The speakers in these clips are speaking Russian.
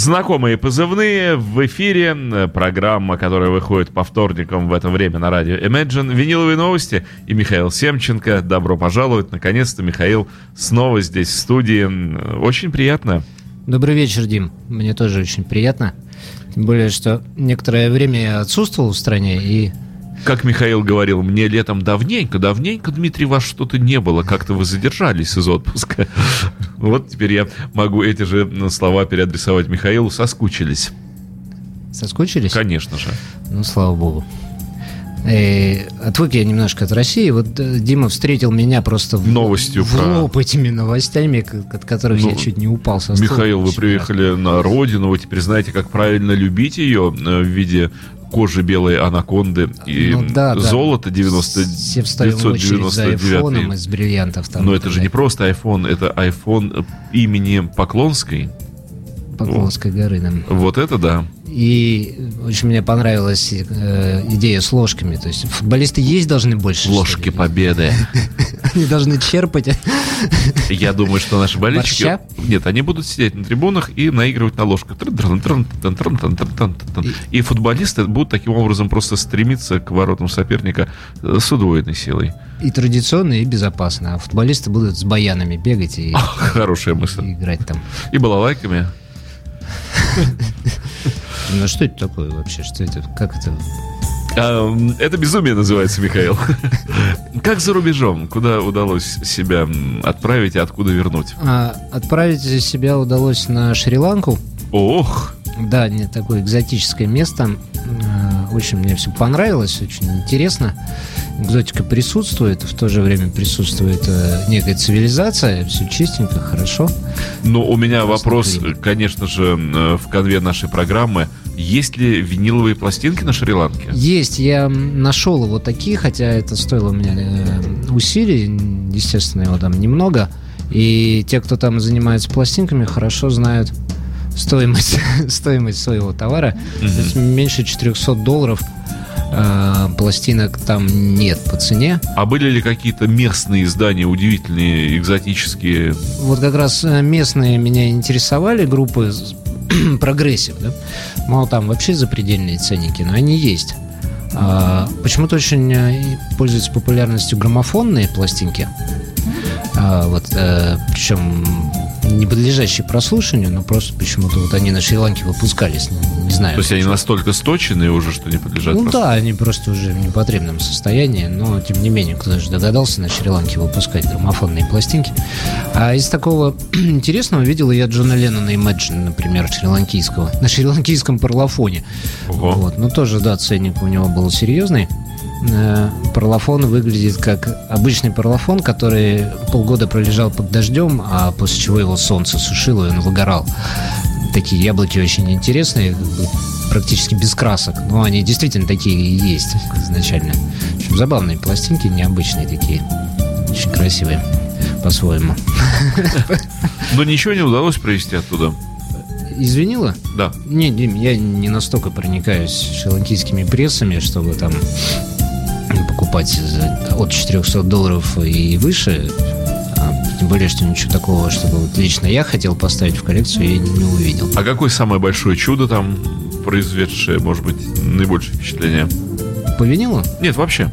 Знакомые позывные в эфире. Программа, которая выходит по вторникам в это время на радио Imagine. Виниловые новости и Михаил Семченко. Добро пожаловать. Наконец-то Михаил снова здесь в студии. Очень приятно. Добрый вечер, Дим. Мне тоже очень приятно. Тем более, что некоторое время я отсутствовал в стране и... Как Михаил говорил, мне летом давненько, Дмитрий, вас что-то не было, как-то вы задержались из отпуска. Вот теперь я могу эти же слова переадресовать Михаилу. Соскучились. Соскучились? Конечно же. Ну, слава богу. Отвык я немножко от России. Вот Дима встретил меня просто новостью в лоб этими новостями, от которых я чуть не упал со стула. Михаил, вы приехали на родину, вы теперь знаете, как правильно любить ее в виде кожи белой анаконды и золото 999. Все встали в очередь за айфоном из бриллиантов. Там, но это же не просто айфон, это айфон имени Поклонской. Поклонской горы, да. Вот это да. И очень мне понравилась идея с ложками. То есть футболисты есть должны больше. Ложки победы. Они должны черпать. Я думаю, что наши болельщики... Борща? Нет, они будут сидеть на трибунах и наигрывать на ложках. И футболисты будут таким образом просто стремиться к воротам соперника с удвоенной силой. И традиционно, и безопасно. А футболисты будут с баянами бегать и... Хорошая мысль. И играть там. И балалайками. Ну что это такое вообще? Что это? Как это? Это безумие называется, Михаил. Как за рубежом? Куда удалось себя отправить и откуда вернуть? Отправить себя удалось на Шри-Ланку. Ох! Да, не такое экзотическое место. Очень мне все понравилось, очень интересно. Экзотика присутствует, в то же время присутствует некая цивилизация, все чистенько, хорошо. Но у меня вопрос, конечно же, в конве нашей программы. Есть ли виниловые пластинки на Шри-Ланке? Есть, я нашел его такие, хотя это стоило у меня усилий, естественно, его там немного. И те, кто там занимается пластинками, хорошо знают стоимость своего товара. То есть меньше $400 пластинок там нет по цене. А были ли какие-то местные издания удивительные, экзотические? Вот как раз местные меня интересовали, группы прогрессив, да? Мало там вообще запредельные ценники, но они есть. Почему-то очень пользуются популярностью граммофонные пластинки. Причем не подлежащие прослушиванию, но просто почему-то вот они на Шри-Ланке выпускались, не знаю. То есть они настолько сточенные уже, что не подлежат прослушиванию? Да, они просто уже в непотребном состоянии, но тем не менее, кто же догадался на Шри-Ланке выпускать граммофонные пластинки. А из такого интересного видел я Джона Леннона Imagine, например, шри-ланкийского, на шри-ланкийском парлофоне. Вот. Но тоже, да, ценник у него был серьезный. Парлофон выглядит как обычный парлофон, который полгода пролежал под дождем, а после чего его солнце сушило, и он выгорал. Такие яблоки очень интересные, практически без красок, но они действительно такие и есть изначально. В общем, забавные пластинки, необычные такие, очень красивые по-своему. Но ничего не удалось привезти оттуда? Извинила? Да. Нет, Дим, я не настолько проникаюсь шри-ланкийскими прессами, чтобы там покупать от $400 и выше. Тем более, что ничего такого, чтобы вот лично я хотел поставить в коллекцию, я не увидел. А какое самое большое чудо там, произведшее, может быть, наибольшее впечатление? По винилу? Нет, вообще.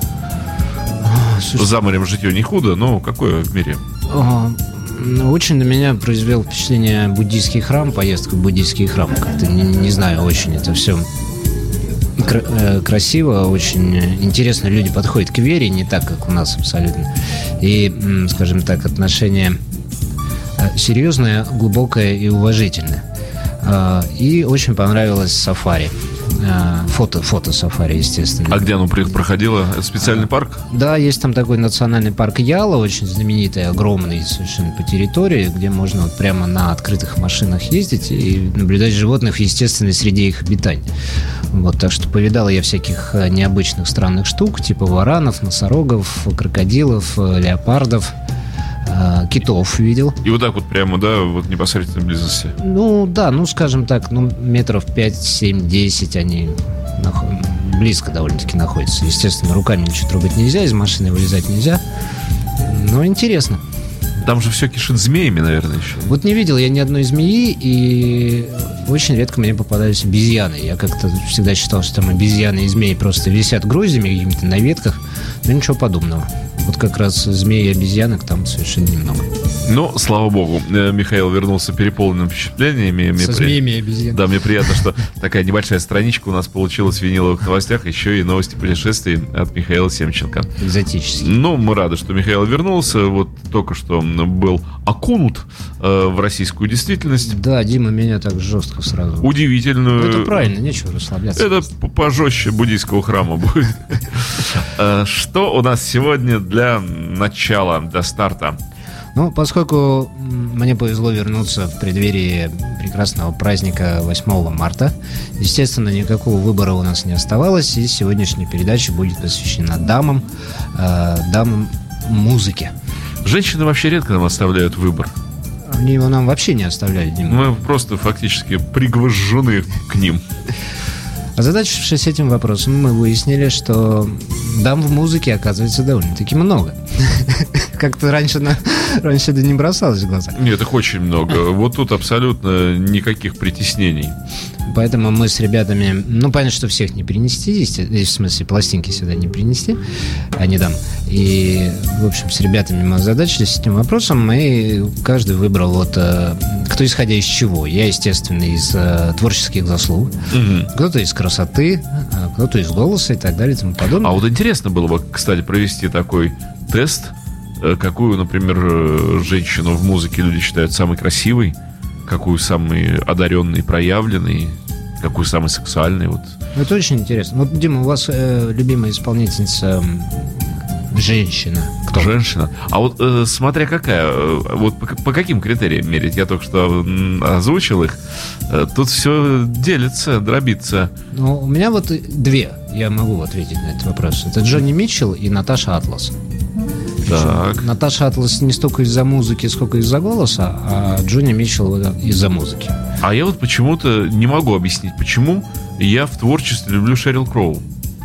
За морем житье не худо, но какое в мире? Очень на меня произвел впечатление буддийский храм, поездка в буддийский храм. Как-то, не знаю, очень это все красиво, очень интересно. Люди подходят к вере не так, как у нас абсолютно. И, скажем так, отношение серьезное, глубокое и уважительное. И очень понравилось сафари. Фото-сафари, естественно. А где оно проходило? Это специальный парк? Да, есть там такой национальный парк Яла, очень знаменитый, огромный совершенно по территории, где можно вот прямо на открытых машинах ездить и наблюдать животных в естественной среде их обитания. Вот, так что повидал я всяких необычных странных штук, типа варанов, носорогов, крокодилов, леопардов, китов видел. И вот так вот прямо, да, вот в непосредственной близости? Ну, да, скажем так, метров 5, 7, 10 они близко довольно-таки находятся. Естественно, руками ничего трогать нельзя, из машины вылезать нельзя. Но интересно. Там же все кишит змеями, наверное, еще. Вот не видел я ни одной змеи, и очень редко мне попадались обезьяны. Я как-то всегда считал, что там обезьяны и змеи просто висят гроздями какими-то на ветках, но ничего подобного. Вот как раз змеи и обезьянок там совершенно немного. Ну, слава богу, Михаил вернулся переполненным впечатлениями. Со змеями и обезьянами. Да, мне приятно, что такая небольшая страничка у нас получилась в виниловых новостях, еще и новости путешествий от Михаила Семченко. Экзотические. Ну, мы рады, что Михаил вернулся. Вот только что был окунут в российскую действительность. Да, Дима меня так жестко сразу. Удивительную. Ну, это правильно, нечего расслабляться. Это пожестче буддийского храма будет. Что у нас сегодня для начала, для старта? Ну, поскольку мне повезло вернуться в преддверии прекрасного праздника 8 марта, естественно, никакого выбора у нас не оставалось, и сегодняшняя передача будет посвящена дамам музыки. Женщины вообще редко нам оставляют выбор. Они его нам вообще не оставляли, Дима. Мы просто фактически пригвожжены к ним. Озадачившись этим вопросом, мы выяснили, что дам в музыке, оказывается, довольно-таки много. Как-то раньше да не бросалось в глаза. Нет, их очень много. Вот тут абсолютно никаких притеснений. Поэтому мы с ребятами... Ну, понятно, что всех не принести, в смысле, пластинки сюда не принести, а не дам. И, в общем, с ребятами мы озадачились этим вопросом, и каждый выбрал вот... Кто исходя из чего? Я, естественно, из творческих заслуг, кто-то из красоты, кто-то из голоса и так далее и тому подобное. А вот интересно было бы, кстати, провести такой тест, какую, например, женщину в музыке люди считают самой красивой, какую самый одаренный, проявленный, какую самый сексуальный. Вот. Это очень интересно. Вот, Дима, у вас любимая исполнительница женщина. Кто? Женщина. А вот смотря какая, вот по каким критериям мерить? Я только что озвучил их. Тут все делится, дробится. Ну, у меня вот две, я могу ответить на этот вопрос. Это Джонни Митчелл и Наташа Атлас. Так. Наташа Атлас не столько из-за музыки, сколько из-за голоса, а Джонни Митчелл из-за музыки. А я вот почему-то не могу объяснить, почему я в творчестве люблю Шерил Кроу.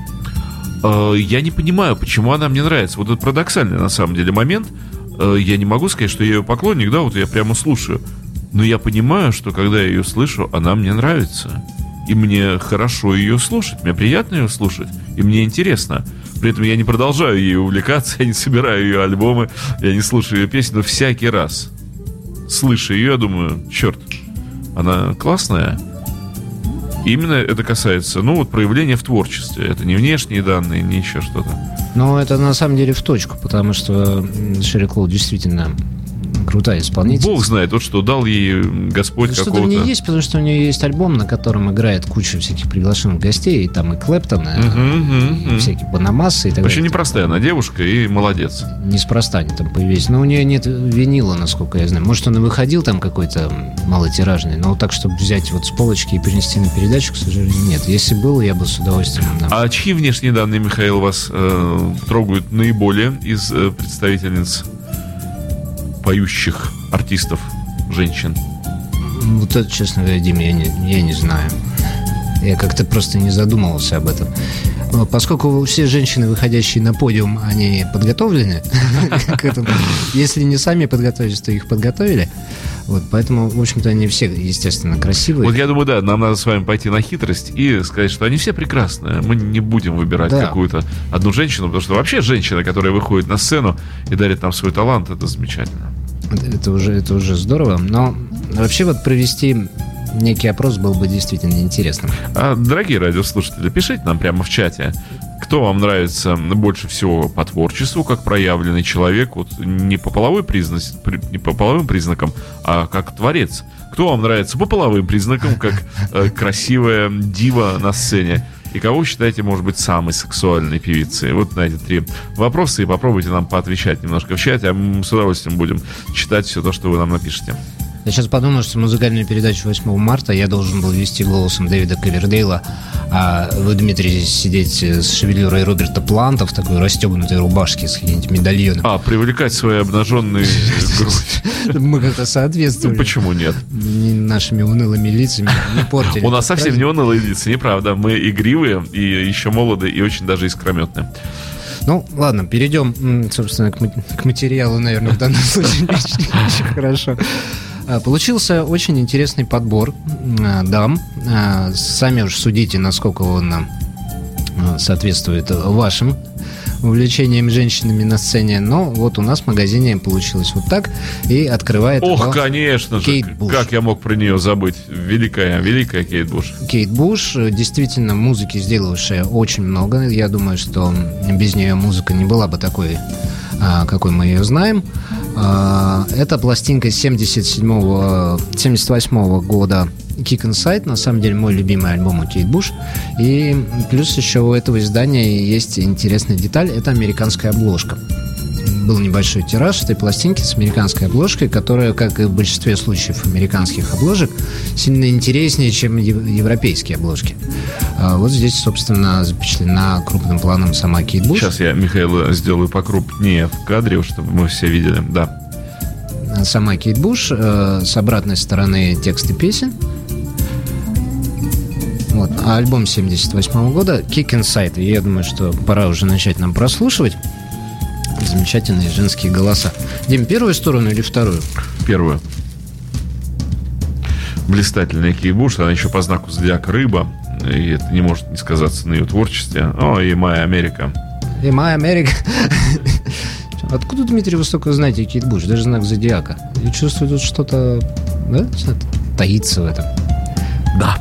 Я не понимаю, почему она мне нравится. Вот это парадоксальный на самом деле момент. Я не могу сказать, что я ее поклонник, да, вот я прямо слушаю. Но я понимаю, что когда я ее слышу, она мне нравится. И мне хорошо ее слушать, мне приятно ее слушать, и мне интересно. При этом я не продолжаю ей увлекаться, я не собираю ее альбомы, я не слушаю ее песни, но всякий раз, слыша ее, я думаю, черт, она классная. И именно это касается, ну, вот проявления в творчестве. Это не внешние данные, не еще что-то. Но это на самом деле в точку, потому что Шерил Кроу действительно крутая исполнительница. Бог знает, вот что дал ей Господь что-то какого-то... Что-то в ней есть, потому что у нее есть альбом, на котором играет куча всяких приглашенных гостей, и там и Клэптон, и всякие Банамассы и так далее. Вообще непростая она девушка и молодец. Неспроста они там появились. Но у нее нет винила, насколько я знаю. Может, он и выходил там какой-то малотиражный, но вот так, чтобы взять вот с полочки и принести на передачу, к сожалению, нет. Если был, я бы с удовольствием... А чьи внешние данные, Михаил, вас трогают наиболее из представительниц поющих артистов, женщин? Вот это, честно говоря, Дима, я не знаю. Я как-то просто не задумывался об этом. Поскольку все женщины, выходящие на подиум, они подготовлены к этому. Если не сами подготовились, то их подготовили. Вот, поэтому, в общем-то, они все, естественно, красивые. Вот я думаю, да, нам надо с вами пойти на хитрость и сказать, что они все прекрасные. Мы не будем выбирать какую-то одну женщину, потому что вообще женщина, которая выходит на сцену и дарит нам свой талант, это замечательно. Это уже здорово. Но вообще вот провести некий опрос был бы действительно интересным. Дорогие радиослушатели, пишите нам прямо в чате, кто вам нравится больше всего по творчеству, как проявленный человек, вот не по половым признакам, а как творец. Кто вам нравится по половым признакам, как красивая дива на сцене. И кого вы считаете, может быть, самой сексуальной певицей? Вот на эти 3 вопроса и попробуйте нам поотвечать немножко в чате, а мы с удовольствием будем читать все то, что вы нам напишете. Я сейчас подумал, что музыкальную передачу 8 марта я должен был вести голосом Дэвида Ковердейла, а вы, Дмитрий, сидеть с шевелюрой Роберта Планта в такой расстегнутой рубашке с каким-нибудь медальоном. Привлекать свои обнаженные грудь. Мы как-то соответствовали. Почему нет? Нашими унылыми лицами не портили. У нас совсем не унылые лица, неправда. Мы игривые и еще молодые, и очень даже искрометные. Ну, ладно, перейдем, собственно, к материалу, наверное, в данном случае очень хорошо. Получился очень интересный подбор дам. Сами уж судите, насколько он соответствует вашим увлечением женщинами на сцене. Но вот у нас в магазине получилось вот так. И открывает... Ох, конечно же. Кейт Буш. Как я мог про нее забыть? Великая Кейт Буш. Кейт Буш, действительно, музыки сделавшая очень много. Я думаю, что без нее музыка не была бы такой, какой мы ее знаем. Это пластинка 78 года Kick Inside, на самом деле мой любимый альбом у Кейт Буш. И плюс еще у этого издания есть интересная деталь, это американская обложка. Был небольшой тираж этой пластинки с американской обложкой, которая, как и в большинстве случаев американских обложек, сильно интереснее, чем европейские обложки. Вот здесь, собственно, запечатлена крупным планом сама Кейт Буш. Сейчас я, Михаил, сделаю покрупнее в кадре, чтобы мы все видели. Да. Сама Кейт Буш, с обратной стороны тексты песен. Вот. А альбом 78 года Kick Inside. И я думаю, что пора уже начать нам прослушивать замечательные женские голоса. Дим, первую сторону или вторую? Первую. Блистательная Кейт Буш, она еще по знаку зодиака рыба, и это не может не сказаться на ее творчестве. О, и «My America». И «My America». Откуда, Дмитрий, вы столько знаете Кейт Буш? Даже знак зодиака. Я чувствую, тут что-то, да, что-то таится в этом. Да.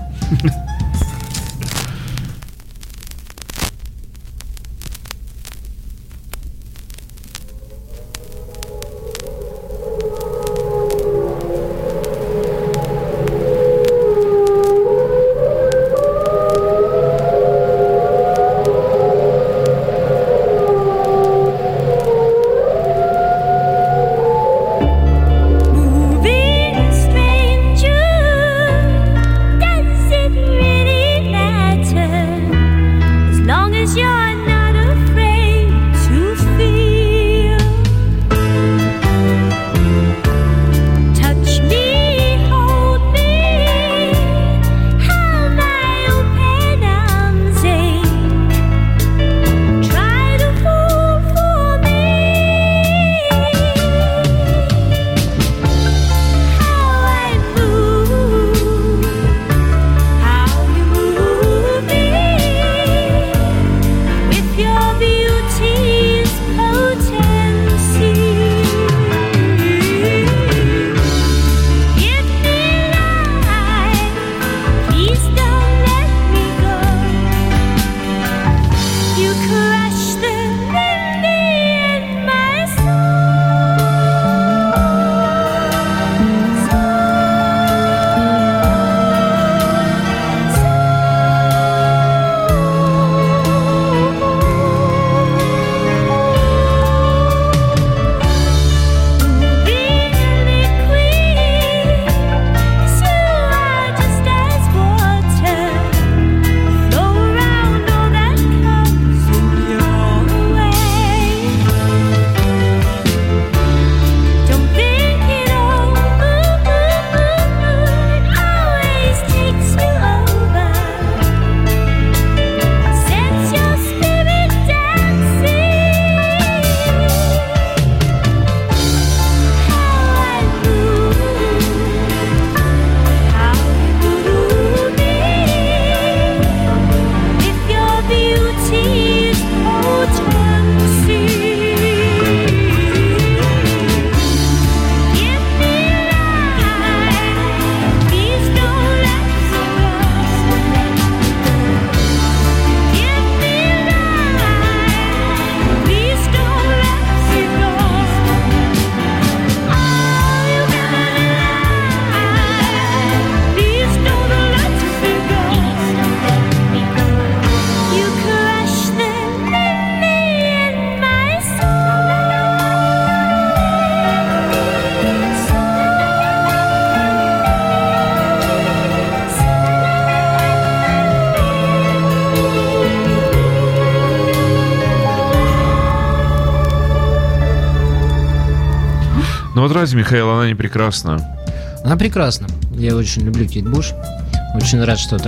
Ну вот разве, Михаил, она не прекрасна? Она прекрасна. Я очень люблю Кейт Буш. Очень рад, что так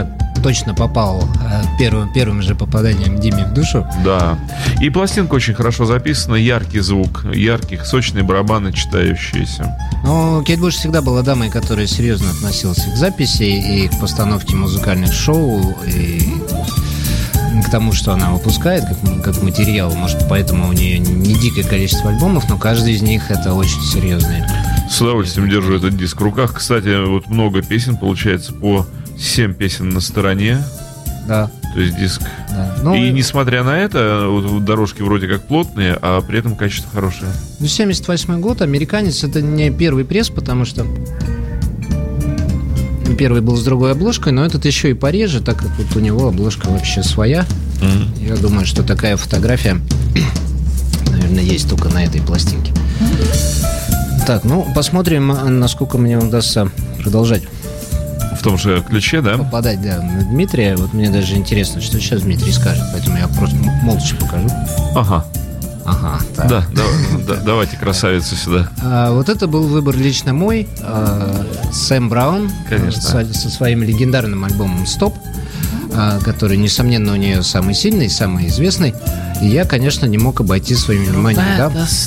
точно попал первым же попаданием Диме в душу. Да. И пластинка очень хорошо записана, яркий звук, яркие, сочные барабаны читающиеся. Но Кейт Буш всегда была дамой, которая серьезно относилась к записи и к постановке музыкальных шоу, и к тому, что она выпускает, как материал. Может, поэтому у нее не дикое количество альбомов, но каждый из них это очень серьезные. С удовольствием держу этот диск в руках. Кстати, вот много песен, получается, по 7 песен на стороне. Да. То есть диск. Да. Ну, и несмотря на это, вот дорожки вроде как плотные, а при этом качество хорошее. 78 год, «Американец» — это не первый пресс, потому что первый был с другой обложкой, но этот еще и пореже, так как вот у него обложка вообще своя. Я думаю, что такая фотография, наверное, есть только на этой пластинке. Так, ну, посмотрим, насколько мне удастся продолжать. В том же ключе, да? Попадать, да, на Дмитрия. Вот мне даже интересно, что сейчас Дмитрий скажет, поэтому я просто молча покажу. Ага. Так. Да, давайте, красавицу, сюда. Вот это был выбор лично мой. Сэм Браун, конечно, со своим легендарным альбомом «Стоп», который, несомненно, у нее самый сильный, самый известный. И я, конечно, не мог обойти своим вниманием... Да?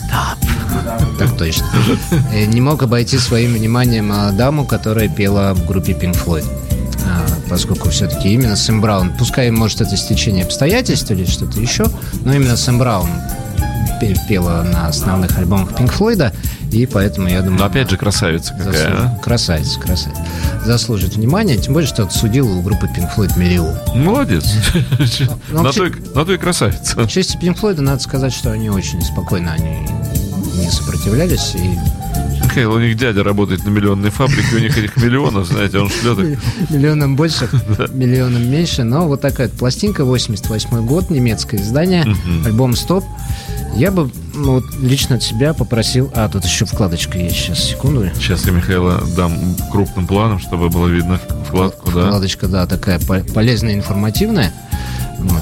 Так точно. Не мог обойти своим вниманием даму, которая пела в группе Pink Floyd. Поскольку все-таки именно Сэм Браун, пускай, может, это стечение обстоятельств или что-то еще, но именно Сэм Браун пела на основных альбомах Pink Floyd, и поэтому, я думаю... Но опять же, красавица какая, Красавица. Заслужит внимания, тем более, что отсудила у группы Pink Floyd миллион. Молодец. На то и красавица. В честь Pink Floyd надо сказать, что они очень спокойно, они не сопротивлялись, и... Михаил, у них дядя работает на миллионной фабрике, у них этих миллионов, знаете, он шлет их. Миллионом больше, миллионом меньше, но вот такая пластинка, 88 год, немецкое издание, альбом «Стоп». Я бы вот лично от себя попросил... тут еще вкладочка есть, сейчас, секунду. Сейчас я Михаила дам крупным планом, чтобы было видно вкладку, да. Вкладочка, да, такая полезная, информативная. Вот.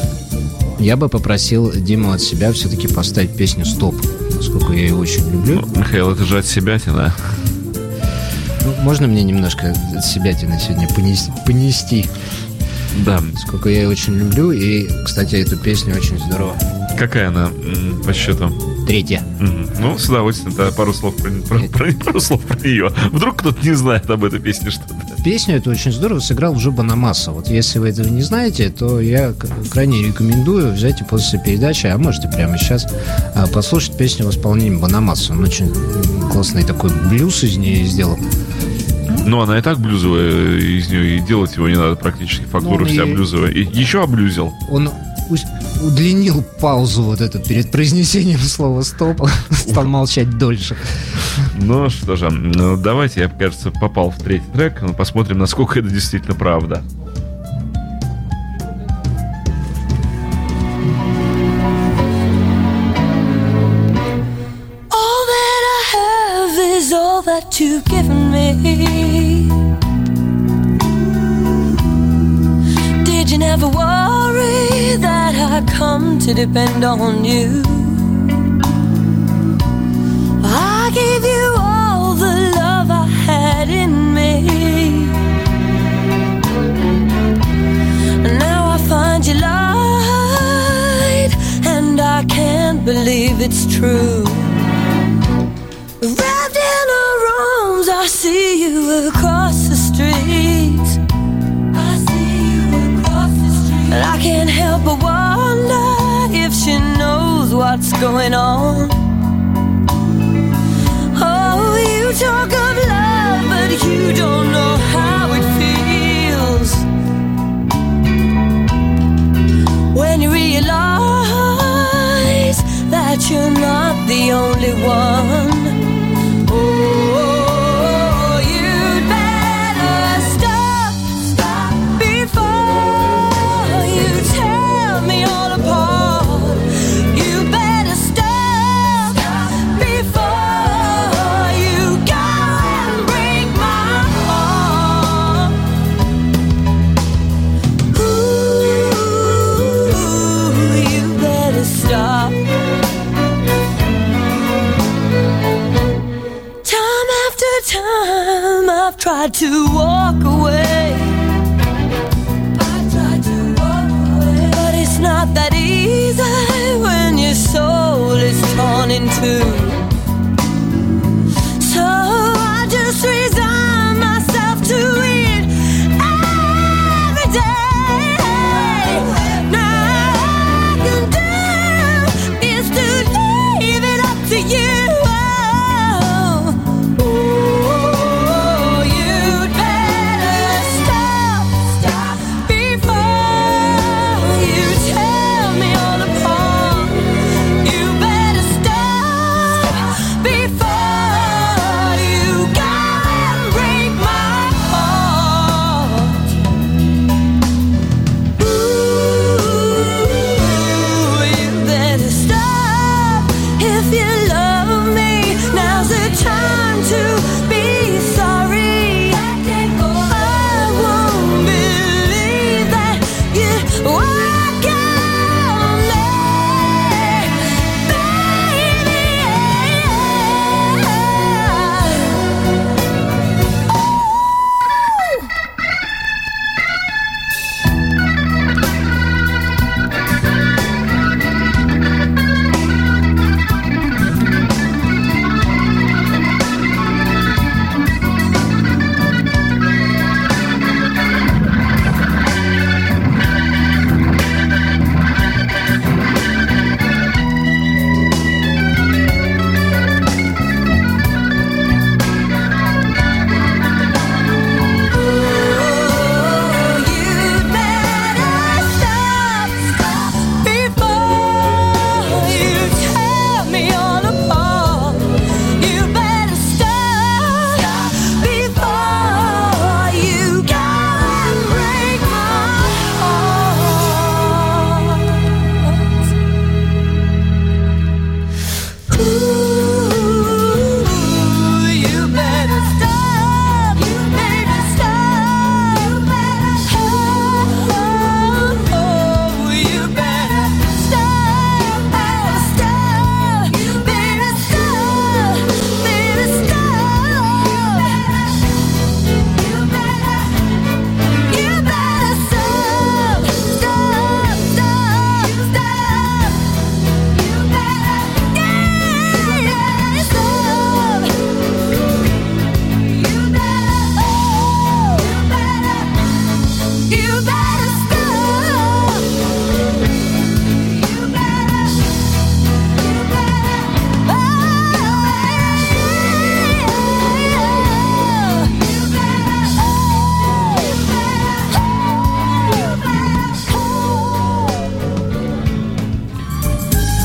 Я бы попросил Диму от себя все-таки поставить песню «Стоп», поскольку я ее очень люблю. Михаил, это же от себятина. Можно мне немножко от себятина сегодня понести? Да. Сколько я ее очень люблю, и, кстати, эту песню очень здорово. Какая она по счету? 3-я. Ну, с удовольствием, да, пару слов про нее. Вдруг кто-то не знает об этой песне что-то. Песню эту очень здорово сыграл Джо Бонамасса. Вот если вы этого не знаете, то я крайне рекомендую взять и после передачи, а можете прямо сейчас послушать песню в исполнении Бонамасса. Он очень классный такой блюз из нее сделал. Ну, она и так блюзовая, из нее и делать его не надо практически, фактура вся блюзовая. И еще облюзил. Он удлинил паузу вот эту перед произнесением слова «стоп», стал молчать дольше. Ну что же, давайте, я, кажется, попал в 3-й трек, посмотрим, насколько это действительно правда. All that I have is all that you've given me. Did you never worry that I come to depend on you? I gave you all the love I had in me. Now I find you lied, and I can't believe it's true. Wrapped in her arms, I see you across the street. And I can't help but wonder if she knows what's going on. Oh, you talk of love, but you don't know how it feels when you realize that you're not the only one. Oh, you'd better stop before you tear me all apart. You better stop before you go and break my heart. Ooh, you better stop. Time after time I've tried to walk away,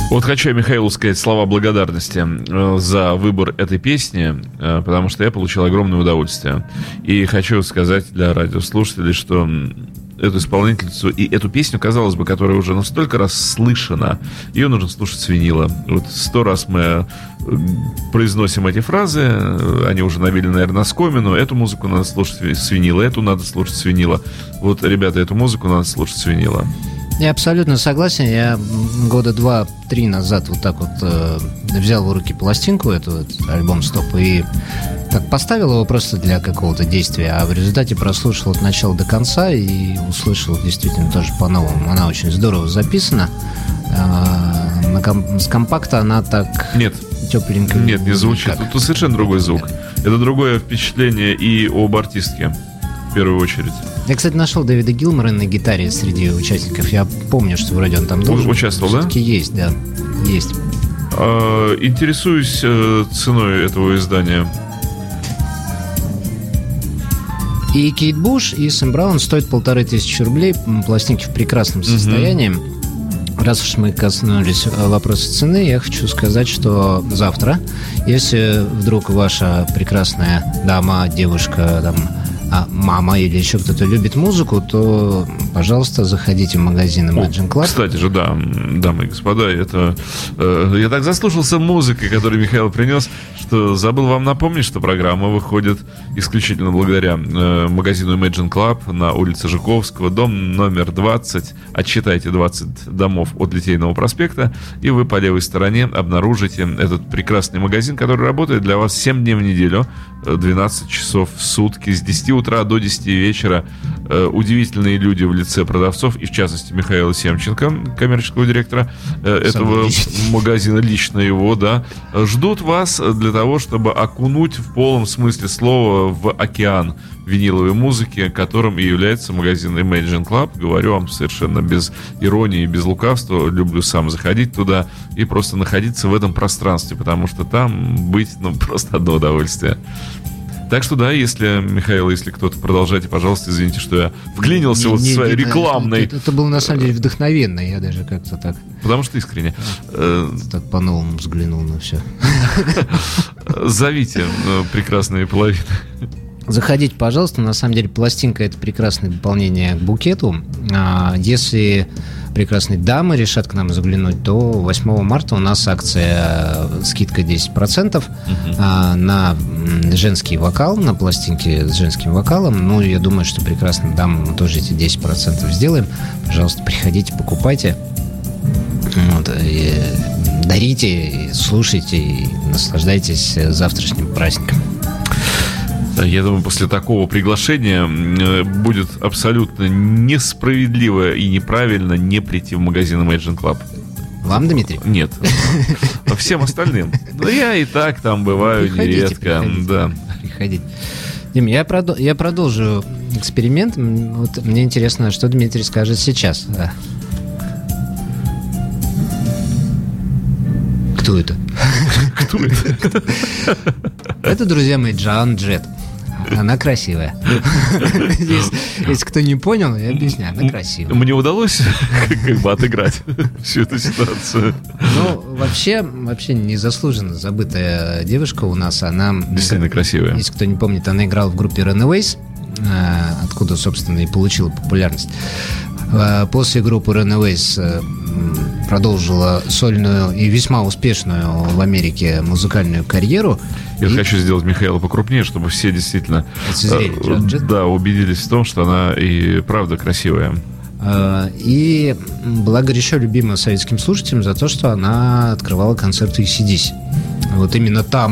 Вот хочу Михаилу сказать слова благодарности за выбор этой песни, потому что я получил огромное удовольствие. И хочу сказать для радиослушателей, что эту исполнительницу и эту песню, казалось бы, которая уже настолько раз слышана, ее нужно слушать с винила. Вот 100 раз мы произносим эти фразы, они уже набили, наверное, оскомину. Эту музыку надо слушать с винила, эту надо слушать с винила. Вот, ребята, эту музыку надо слушать с винила. Я абсолютно согласен. Я года 2-3 назад вот так вот взял в руки пластинку, эту альбом «Стоп», и так поставил его просто для какого-то действия, а в результате прослушал от начала до конца и услышал действительно тоже по-новому. Она очень здорово записана. С компакта она так тепленько... Нет, не звучит. Тут совершенно другой звук. Это другое впечатление и об артистке, в первую очередь. Я, кстати, нашел Дэвида Гилмора на гитаре среди участников. Я помню, что вроде он там должен... Участвовал, да? Все-таки есть, да. Есть. Интересуюсь ценой этого издания. И Кейт Буш, и Сэм Браун стоят 1500 рублей. Пластинки в прекрасном состоянии. Раз уж мы коснулись вопроса цены, я хочу сказать, что завтра, если вдруг ваша прекрасная дама, девушка, там, мама или еще кто-то любит музыку, то, пожалуйста, заходите в магазин Imagine Club. Кстати же, да, дамы и господа, это я так заслушался музыкой, которую Михаил принес, что забыл вам напомнить, что программа выходит исключительно благодаря магазину Imagine Club на улице Жуковского, дом номер 20. Отсчитайте 20 домов от Литейного проспекта, и вы по левой стороне обнаружите этот прекрасный магазин, который работает для вас 7 дней в неделю, 12 часов в сутки, с 10 утра до 10 вечера. Удивительные люди в лице продавцов, и в частности Михаила Семченко, коммерческого директора этого магазина, лично его, да, ждут вас для того, чтобы окунуть в полном смысле слова в океан виниловой музыки, которым и является магазин Imagine Club. Говорю вам совершенно без иронии, без лукавства. Люблю сам заходить туда и просто находиться в этом пространстве, потому что там быть, просто одно удовольствие. Так что да, если, Михаил, если кто-то, продолжайте, пожалуйста, извините, что я вклинился вот своей рекламной... Это было, на самом деле, вдохновенно, я даже как-то так... Потому что искренне. Так по-новому взглянул на все. Зовите прекрасные половины. Заходите, пожалуйста. На самом деле, пластинка – это прекрасное дополнение к букету. Если прекрасные дамы решат к нам заглянуть, то 8 марта у нас акция скидка 10% на женский вокал, на пластинке с женским вокалом. Ну, я думаю, что прекрасным дамам мы тоже эти 10% сделаем. Пожалуйста, приходите, покупайте. Вот, и дарите, слушайте и наслаждайтесь завтрашним праздником. Я думаю, после такого приглашения будет абсолютно несправедливо и неправильно не прийти в магазин Imagine Club. Вам, Дмитрий? Нет. Всем остальным. Но я и так там бываю нередко. Да. Приходите. Дим, я продолжу эксперимент. Вот мне интересно, что Дмитрий скажет сейчас. Кто это? Кто это? Это, друзья мои, Джоан Джетт. Она красивая. Если кто не понял, я объясняю. Она красивая. Мне удалось как бы отыграть всю эту ситуацию. Ну, вообще незаслуженно забытая девушка у нас. Она действительно красивая. Если кто не помнит, она играла в группе Runaways, откуда, собственно, и получила популярность. После группы Runaways продолжила сольную и весьма успешную в Америке музыкальную карьеру. Я хочу сделать Михаила покрупнее, чтобы все действительно убедились в том, что она и правда красивая. И была горячо любима советским слушателям за то, что она открывала концерты AC/DC. Вот именно там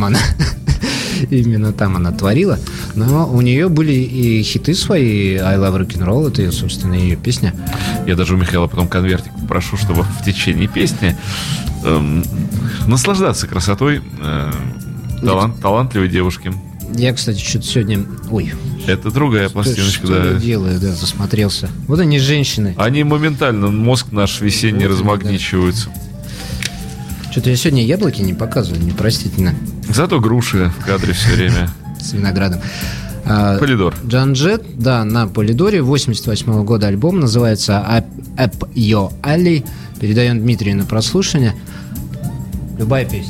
она творила. Но у нее были и хиты свои. I Love Rock'n'Roll, это, собственно, ее песня. Я даже у Михаила потом конвертик попрошу, чтобы в течение песни наслаждаться красотой талантливой девушки. Я, кстати, что-то сегодня... Ой. Это другая пластиночка, да. Я делаю, да, засмотрелся. Вот они, женщины. Они моментально, мозг наш весенний, размагничиваются. Да. Что-то я сегодня яблоки не показываю, непростительно. Зато груши в кадре все время. С виноградом. Полидор. Джан Джет, да, на Полидоре, 88 года альбом, называется «Ап Йо Али». Передаем Дмитрию на прослушивание. Любая песня.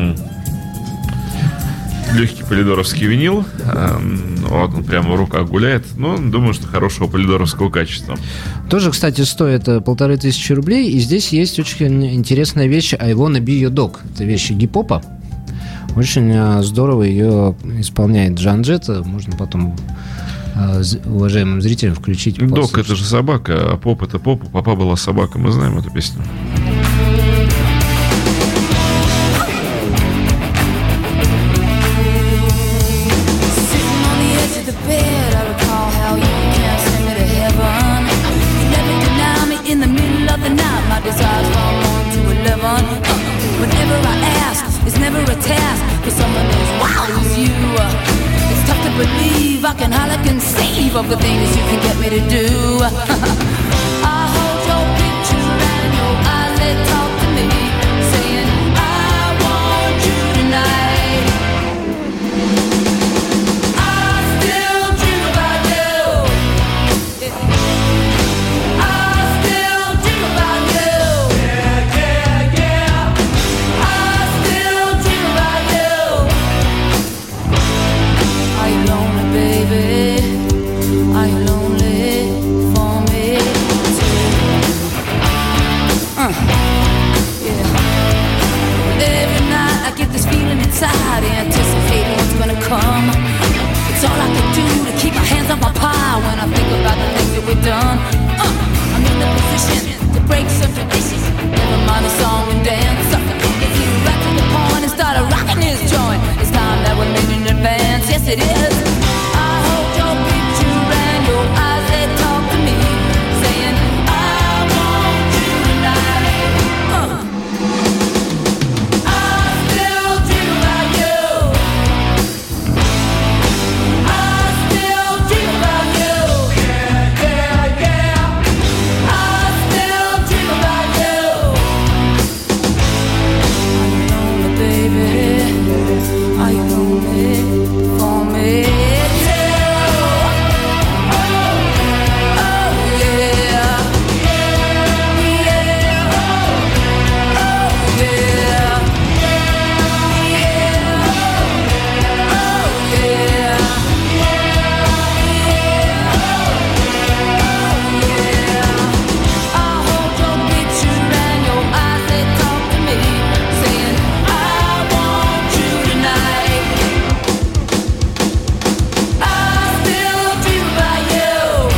Легкий полидоровский винил. Вот он прямо в руках гуляет. Но думаю, что хорошего полидоровского качества. Тоже, кстати, стоит 1500 рублей. И здесь есть очень интересная вещь «I wanna be your dog». Это вещь гип-хопа. Очень здорово ее исполняет Джан Джет. Можно потом уважаемым зрителям включить. Дог — это же собака, а поп — это поп. У папа была собака. Мы знаем эту песню. Believe I can hardly conceive of the things you can get me to do. I hold your picture and your eyes, they talk to me, saying I want you tonight. I still dream about you. I still dream about you. Yeah, yeah, yeah. I still dream about you. Are you lonely, baby? Are you lonely for me too? Yeah. Every night I get this feeling inside, anticipating what's gonna come. It's all I can do to keep my hands on my pie when I think about the things that we've done. I'm in the position to break some traditions. Never mind the song and dance. If you back to the point and start rocking this joint, it's time that we're made in advance. Yes, it is. I hold your picture and your eyes, they talk to me, saying I want you tonight. I still dream about you. I still dream about you. Yeah, yeah, yeah. I still dream about you. Are you lonely, baby? Are you lonely for me too? Oh, oh yeah. Yeah, yeah. Oh, yeah. Yeah, oh, yeah. I hold your picture and your eyes, they talk to me, saying I want you tonight. I still dream about you.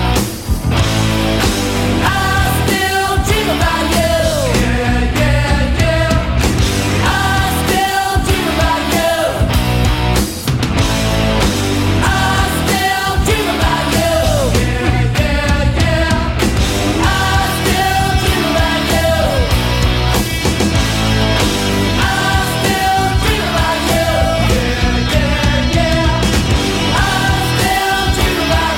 I still dream about you. Yeah, yeah, yeah. I still dream about you. I still dream about you. Yeah, yeah, yeah. I still dream about you. I still dream about you. Yeah, yeah, yeah. I still dream about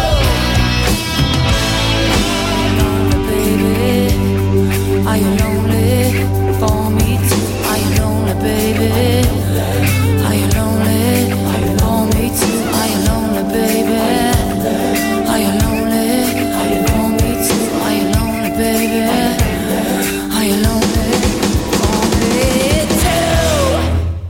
you. Are you lonely for me too? Are you lonely, baby? Are you lonely for me too? Are you lonely, baby? Are you lonely for me too? Are you lonely, baby? Are you lonely for me too?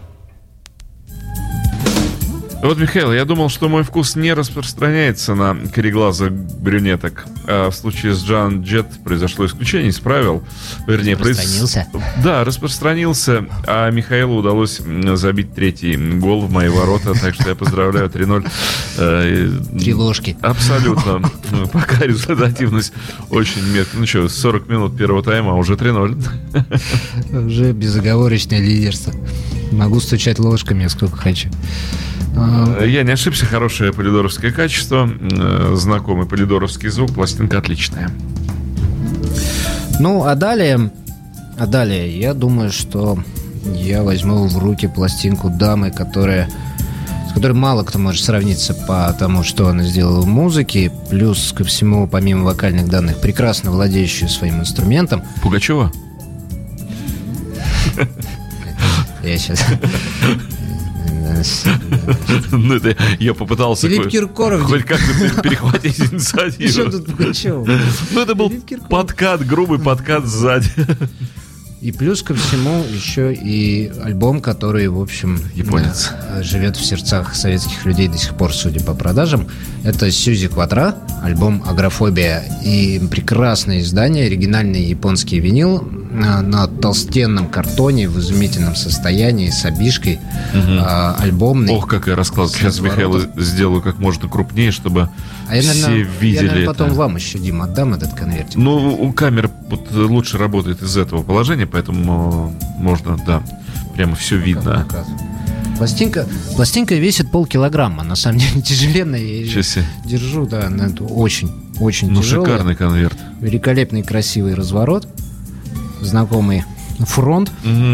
Вот, Михаил, я думал, что мой вкус не распространяется на кореглазых брюнеток. А в случае с Джан Джет произошло исключение из правил. Вернее, Распространился? Да, распространился. А Михаилу удалось забить третий гол в мои ворота. Так что я поздравляю, 3-0. 3 ложки. Абсолютно. Пока результативность очень медленная. Ну что, 40 минут первого тайма, а уже 3-0. Уже безоговорочное лидерство. Могу стучать ложками, сколько хочу. Я не ошибся, хорошее полидоровское качество, знакомый полидоровский звук, пластинка отличная. Ну, а далее, я думаю, что я возьму в руки пластинку дамы, с которой мало кто может сравниться по тому, что она сделала в музыке, плюс ко всему, помимо вокальных данных, прекрасно владеющую своим инструментом. Пугачева? Я сейчас... Ну, это я попытался Филипп Киркоров. хоть как-то перехватить Что инициативу. тут Пугачева? Ну, это был Филипп Киркоров. подкат, грубый подкат сзади. И плюс ко всему еще и альбом, который, в общем, Японец. Живет в сердцах советских людей до сих пор, судя по продажам. Это Сьюзи Кватра, альбом «Агрофобия». И прекрасное издание, оригинальный японский винил на толстенном картоне в изумительном состоянии, с обишкой, альбомный. Ох, какая раскладка. С Сейчас, Михаил, разворотом. сделаю как можно крупнее, чтобы А я, все наверное, видели это. потом вам еще, Дим, отдам этот конвертик. Ну, у камер вот лучше работает из этого положения, поэтому можно, да, прямо все видно. Пластинка весит полкилограмма, на самом деле тяжеленная. Я Сейчас себе. держу, да, она очень Ну, тяжелая. шикарный конверт. Великолепный красивый разворот, знакомый фронт.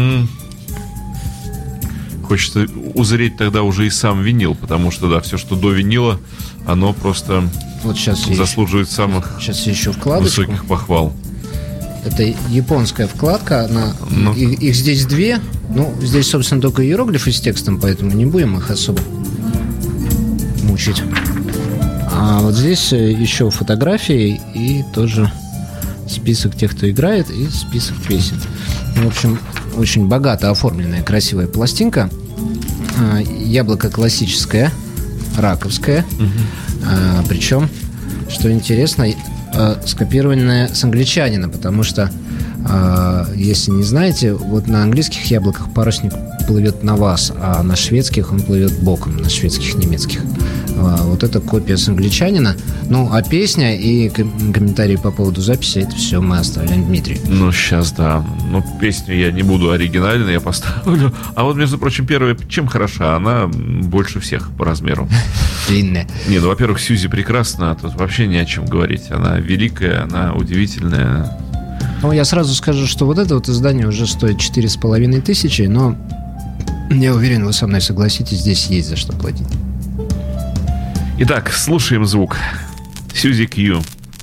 Хочется узреть тогда уже и сам винил, потому что, да, все, что до винила, оно просто Вот сейчас заслуживает самых я еще вкладочку. высоких похвал. Это японская вкладка, она, Ну. их здесь две. Ну, здесь, собственно, только иероглифы с текстом, поэтому не будем их особо мучить. А вот здесь еще фотографии и тоже список тех, кто играет, и список песен. В общем, очень богато оформленная, красивая пластинка. Яблоко классическое, раковское. Причем, что интересно, скопированное с англичанина, потому что, если не знаете, вот на английских яблоках парусник плывет на вас, а на шведских он плывет боком, на шведских, немецких. Вот это копия с англичанина. Ну, а песня и комментарии по поводу записи, это все мы оставляем Дмитрию. Ну, сейчас, да. Ну, песню я не буду оригинальной, я поставлю. А вот, между прочим, первая чем хороша? Она больше всех по размеру. Длинная. Не, ну, во-первых, Сьюзи прекрасна, тут вообще не о чем говорить. Она великая, она удивительная. Ну, я сразу скажу, что вот это вот издание уже стоит 4500, но я уверен, вы со мной согласитесь, здесь есть за что платить. Итак, слушаем звук. Сьюзи Кью.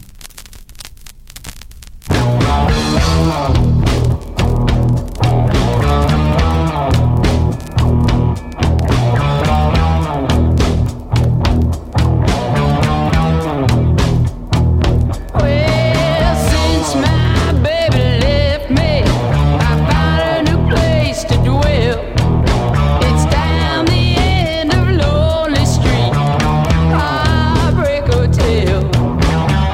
Well, since my baby left me, I found a new place to dwell. It's down the end of Lonely Street, Heartbreak Hotel.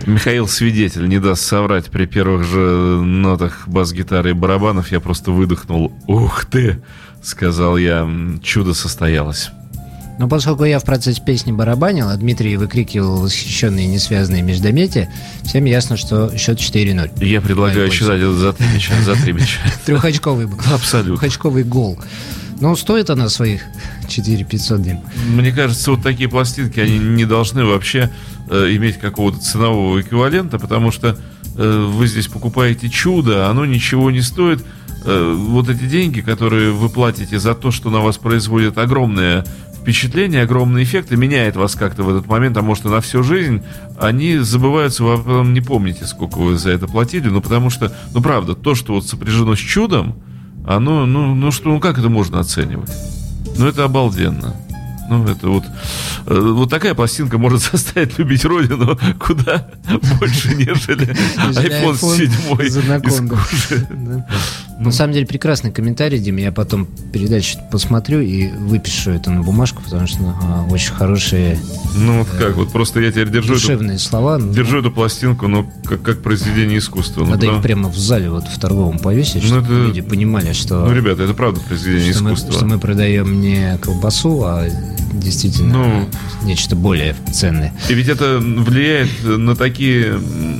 Михаил свидетель, не даст соврать. При первых же нотах бас-гитары и барабанов я просто выдохнул. «Ух ты!» — сказал я. Чудо состоялось. Но поскольку я в процессе песни барабанил, а Дмитрий выкрикивал восхищенные несвязанные междометия, всем ясно, что счет 4-0. Я предлагаю считать это за 3 мяча. Трехочковый был. Абсолютно. Трехочковый гол. Но стоит она своих 4500 дим. Мне кажется, вот такие пластинки, они не должны вообще иметь какого-то ценового эквивалента, потому что вы здесь покупаете чудо, оно ничего не стоит. Вот эти деньги, которые вы платите за то, что на вас производит огромное впечатление, огромные эффекты, меняет вас как-то в этот момент, а может и на всю жизнь, они забываются, вы потом не помните, сколько вы за это платили, потому что, правда, то, что вот сопряжено с чудом, оно, как это можно оценивать? Это обалденно. Это вот такая пластинка может заставить любить родину куда больше, нежели iPhone 7 из кожи. На самом деле прекрасный комментарий, Дим. Я потом передачу посмотрю и выпишу это на бумажку, потому что очень хорошие просто я теперь держу душевные слова. Держу эту пластинку, как произведение искусства. Надо их прямо в зале в торговом повесить, чтобы люди понимали, что... ребята, это правда произведение искусства. Что мы продаем не колбасу, а действительно нечто более ценное. И ведь это влияет на такие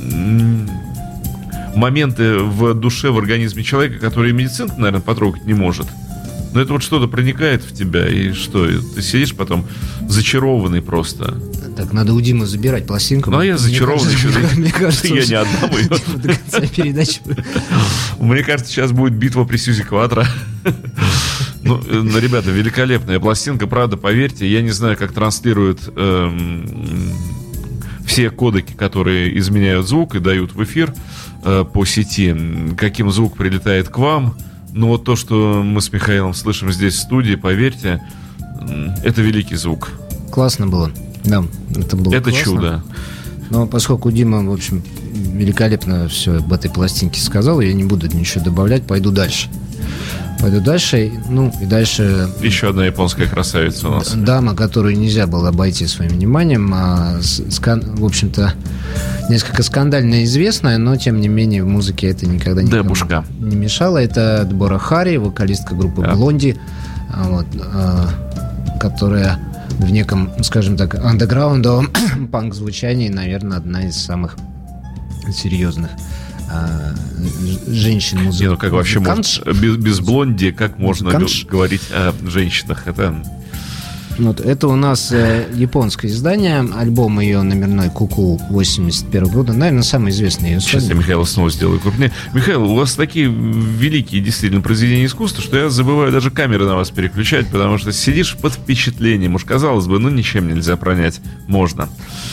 моменты в душе, в организме человека, которые медицинка, наверное, потрогать не может. Но это вот что-то проникает в тебя, и что? Ты сидишь потом зачарованный просто. Так, надо у Димы забирать пластинку. Я зачарованный. Мне кажется, я не отдам ее. До конца передачи. Мне кажется, сейчас будет битва при Сьюзи Кватро. Ребята, великолепная пластинка, правда, поверьте, я не знаю, как транслируют все кодеки, которые изменяют звук и дают в эфир по сети, каким звук прилетает к вам. Но вот то, что мы с Михаилом слышим здесь в студии, поверьте, это великий звук. Классно было. Да, это было Это классно. чудо. Но поскольку Дима, в общем, великолепно все об этой пластинке сказал, я не буду ничего добавлять, пойду дальше. И дальше... Еще одна японская красавица у нас. Дама, которую нельзя было обойти своим вниманием, в общем-то, несколько скандально известная, но, тем не менее, в музыке это никогда не мешало. Это Дебора Харри, вокалистка группы Блонди, которая в неком, скажем так, андеграундовом панк-звучании, наверное, одна из самых серьезных женщин-музыкантов. Как вообще без Блонди, как можно говорить о женщинах? Это у нас японское издание, альбом ее номерной «Куку» 81 года, наверное, самый известный ее сольник. Сейчас я Михаила снова сделаю крупнее. Михаил, у вас такие великие действительно произведения искусства, что я забываю даже камеры на вас переключать, потому что сидишь под впечатлением. Уж казалось бы, ничем нельзя пронять. Можно.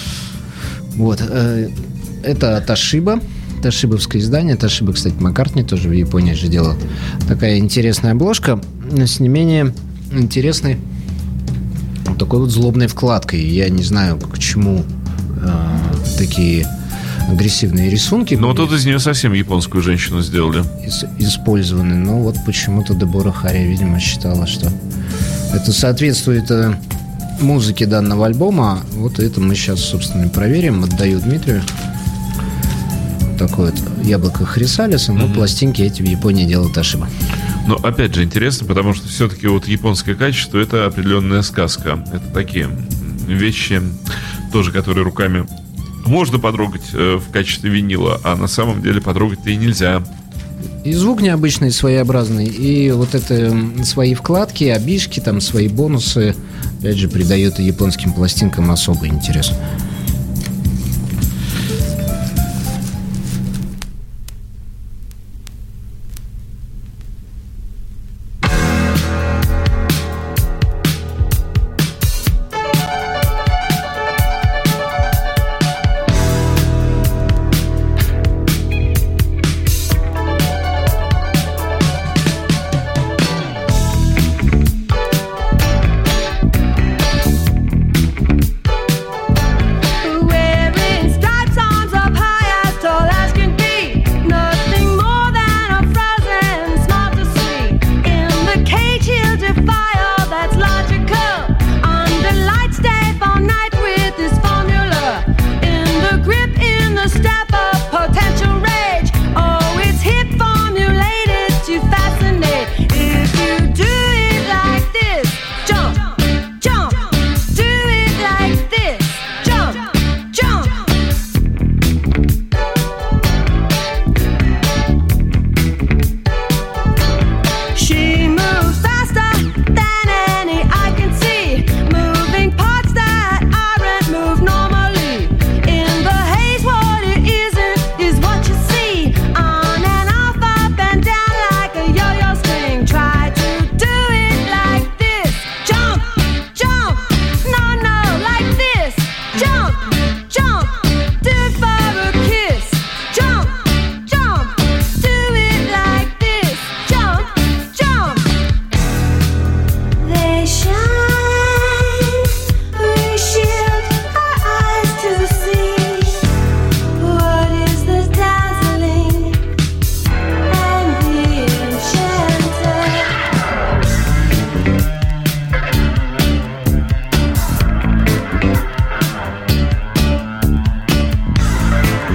Это Тошиба. Тошибовское издание. Тошиба, кстати, Маккартни тоже в Японии же делал. Такая интересная обложка с не менее интересной такой злобной вкладкой. Я не знаю, к чему такие агрессивные рисунки. Но тут из нее совсем японскую женщину сделали. Использованы. Но почему-то Дебора Харри, видимо, считала, что это соответствует музыке данного альбома. Это мы сейчас, собственно, проверим. Отдаю Дмитрию. Такое яблоко Хрисалиса, но пластинки эти в Японии делает Тошиба. Но опять же интересно, потому что все-таки японское качество — это определенная сказка. Это такие вещи, тоже которые руками можно потрогать в качестве винила, а на самом деле потрогать-то и нельзя. И звук необычный, своеобразный, и это свои вкладки, обишки, там свои бонусы, опять же, придает и японским пластинкам особый интерес.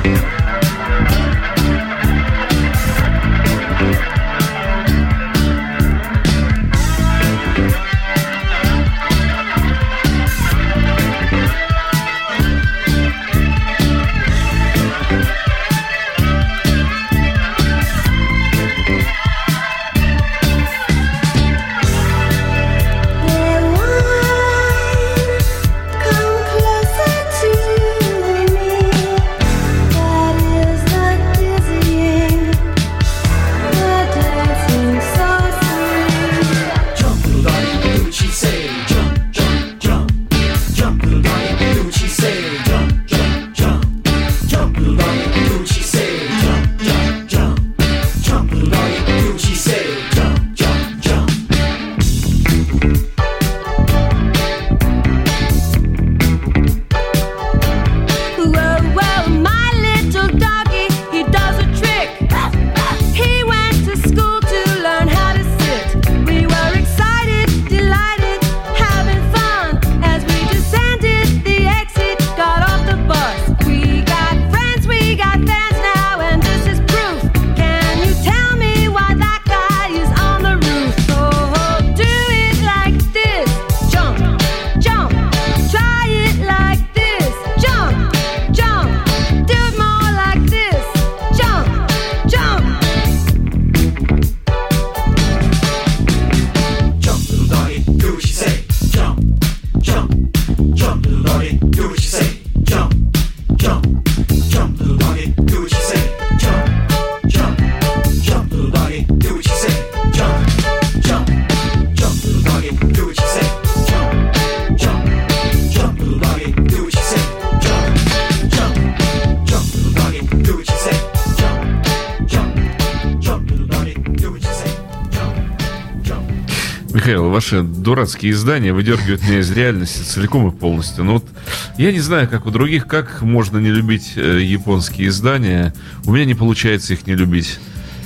Михаил, ваши дурацкие издания выдергивают меня из реальности целиком и полностью. Ну вот, я не знаю, как у других, как можно не любить японские издания. У меня не получается их не любить.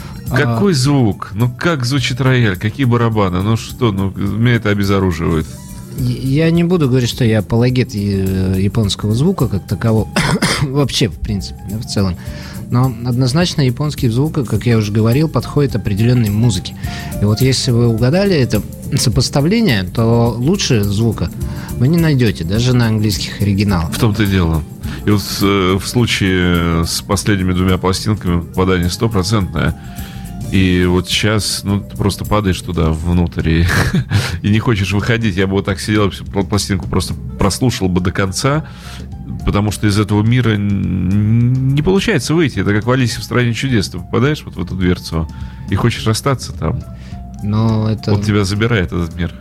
Какой звук? Ну как звучит рояль? Какие барабаны? Ну что, ну меня это обезоруживает. Я не буду говорить, что я апологет японского звука как такового. Вообще, в принципе, в целом. Но однозначно японский звук, как я уже говорил, подходит определенной музыке. И вот если вы угадали это сопоставление, то лучше звука вы не найдете, даже на английских оригиналах. В том-то и дело. И вот в случае с последними двумя пластинками попадание 100%. И вот сейчас, ну, ты просто падаешь туда внутрь и не хочешь выходить. Я бы вот так сидел, пластинку просто прослушал бы до конца, потому что из этого мира не получается выйти. Это как в «Алисе в стране чудес». Ты попадаешь вот в эту дверцу и хочешь остаться там. Но это... Вот тебя забирает этот мир.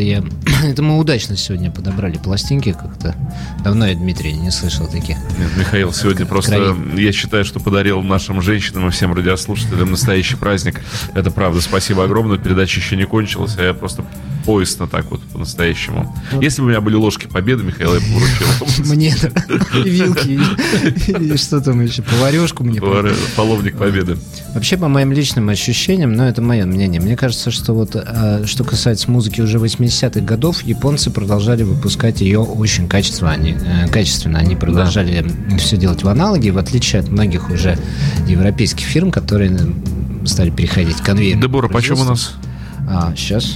Это мы удачно сегодня подобрали пластинки как-то. Давно я Дмитрия не слышал таких. Нет, Михаил сегодня просто, я считаю, что подарил нашим женщинам и всем радиослушателям настоящий праздник. Это правда. Спасибо огромное. Передача еще не кончилась, а я просто поясно так вот по-настоящему. Если бы у меня были ложки победы, Михаил, я бы вручил. Мне вилки и что там еще, поварешку мне. Половник победы. Вообще, по моим личным ощущениям, но это мое мнение, мне кажется, что вот что касается музыки уже 80-х годов, японцы продолжали выпускать ее очень качественно. Они продолжали все делать в аналоге, в отличие от многих уже европейских фирм, которые стали переходить к конвейеру. Дебора, почем у нас? Сейчас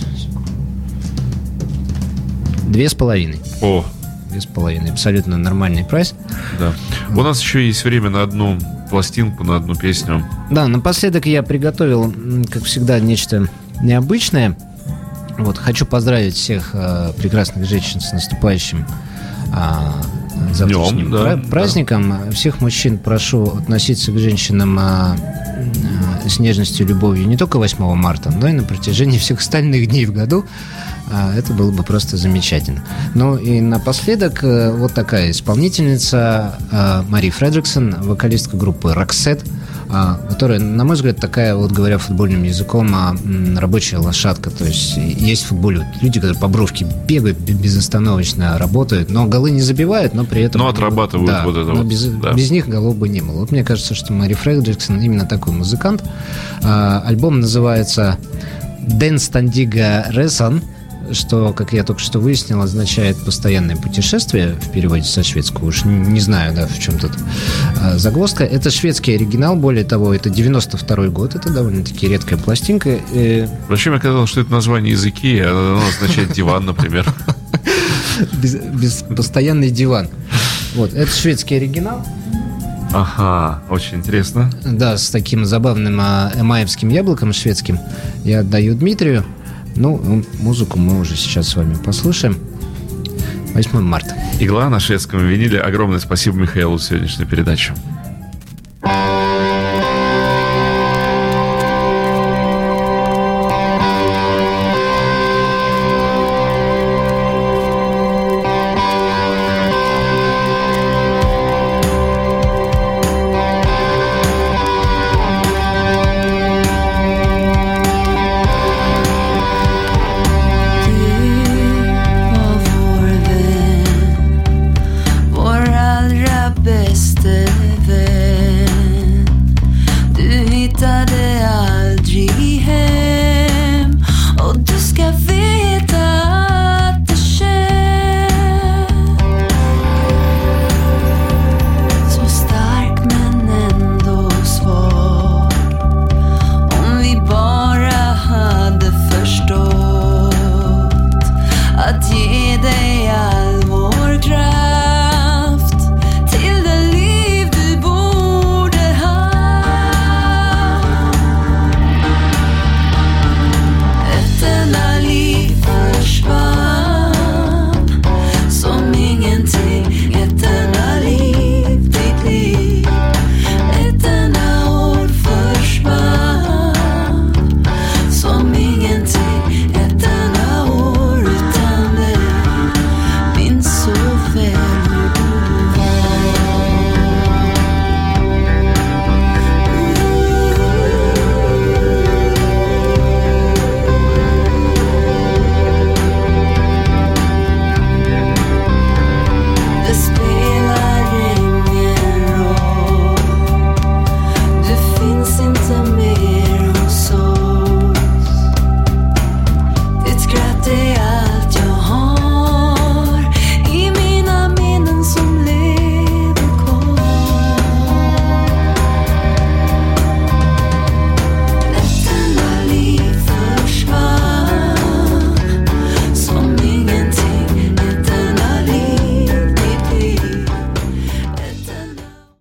2,5. О. 2,5. Абсолютно нормальный прайс. Да. У нас еще есть время на одну пластинку, на одну песню. Да, напоследок я приготовил, как всегда, нечто необычное. Вот, хочу поздравить всех прекрасных женщин с наступающим завтрашним праздником. Да. Всех мужчин прошу относиться к женщинам с нежностью и любовью не только 8 марта, но и на протяжении всех остальных дней в году. Это было бы просто замечательно. Ну и напоследок вот такая исполнительница Мари Фредриксон, вокалистка группы Roxette, которая, на мой взгляд, такая, вот говоря футбольным языком, рабочая лошадка. То есть есть в футболе люди, которые по бровке бегают, безостановочно работают, но голы не забивают, но при этом... Но отрабатывают вот это вот. Без них голов бы не было. Вот мне кажется, что Мари Фредриксон именно такой музыкант. Альбом называется «Дэн Стандига Ресан». что, как я только что выяснил, означает «постоянное путешествие» в переводе со шведского. Уж не знаю, да, в чем тут загвоздка. Это шведский оригинал, более того, это 92-й год, это довольно-таки редкая пластинка. Вообще, мне казалось, что это название языки, оно означает диван, например. Постоянный диван. Вот, это шведский оригинал. Ага, очень интересно. Да, с таким забавным эмаевским яблоком шведским. Я отдаю Дмитрию. Ну, музыку мы уже сейчас с вами послушаем. 8 марта. Игла на шведском виниле. Огромное спасибо Михаилу за сегодняшнюю передачу.